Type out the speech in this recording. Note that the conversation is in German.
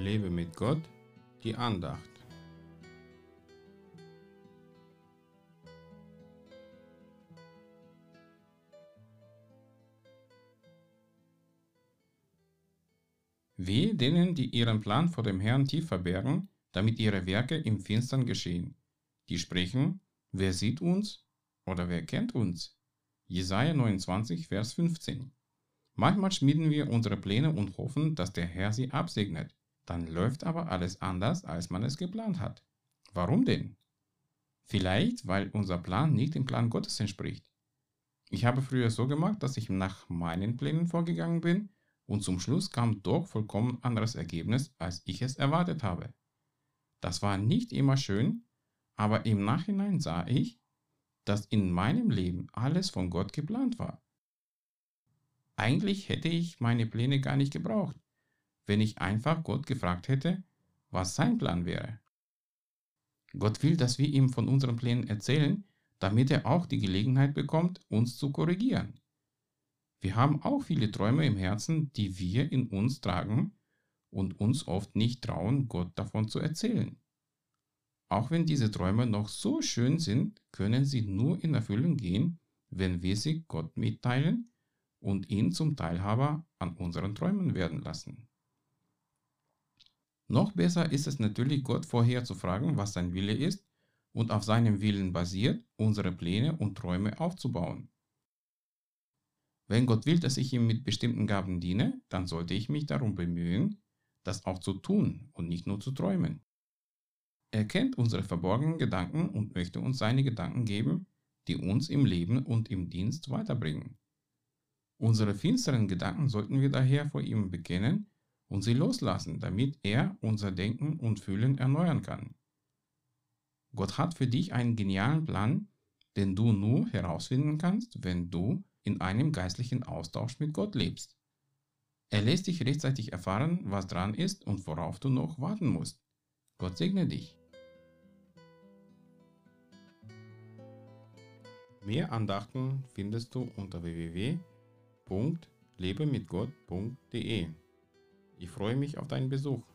Lebe mit Gott, die Andacht. Wehe denen, die ihren Plan vor dem Herrn tief verbergen, damit ihre Werke im Finstern geschehen. Die sprechen, wer sieht uns oder wer kennt uns? Jesaja 29, Vers 15. Manchmal schmieden wir unsere Pläne und hoffen, dass der Herr sie absegnet. Dann läuft aber alles anders, als man es geplant hat. Warum denn? Vielleicht, weil unser Plan nicht dem Plan Gottes entspricht. Ich habe früher so gemacht, dass ich nach meinen Plänen vorgegangen bin und zum Schluss kam doch vollkommen anderes Ergebnis, als ich es erwartet habe. Das war nicht immer schön, aber im Nachhinein sah ich, dass in meinem Leben alles von Gott geplant war. Eigentlich hätte ich meine Pläne gar nicht gebraucht, wenn ich einfach Gott gefragt hätte, was sein Plan wäre. Gott will, dass wir ihm von unseren Plänen erzählen, damit er auch die Gelegenheit bekommt, uns zu korrigieren. Wir haben auch viele Träume im Herzen, die wir in uns tragen und uns oft nicht trauen, Gott davon zu erzählen. Auch wenn diese Träume noch so schön sind, können sie nur in Erfüllung gehen, wenn wir sie Gott mitteilen und ihn zum Teilhaber an unseren Träumen werden lassen. Noch besser ist es natürlich, Gott vorher zu fragen, was sein Wille ist und auf seinem Willen basiert, unsere Pläne und Träume aufzubauen. Wenn Gott will, dass ich ihm mit bestimmten Gaben diene, dann sollte ich mich darum bemühen, das auch zu tun und nicht nur zu träumen. Er kennt unsere verborgenen Gedanken und möchte uns seine Gedanken geben, die uns im Leben und im Dienst weiterbringen. Unsere finsteren Gedanken sollten wir daher vor ihm bekennen und sie loslassen, damit er unser Denken und Fühlen erneuern kann. Gott hat für dich einen genialen Plan, den du nur herausfinden kannst, wenn du in einem geistlichen Austausch mit Gott lebst. Er lässt dich rechtzeitig erfahren, was dran ist und worauf du noch warten musst. Gott segne dich. Mehr Andachten findest du unter www.lebemitgott.de. Ich freue mich auf deinen Besuch.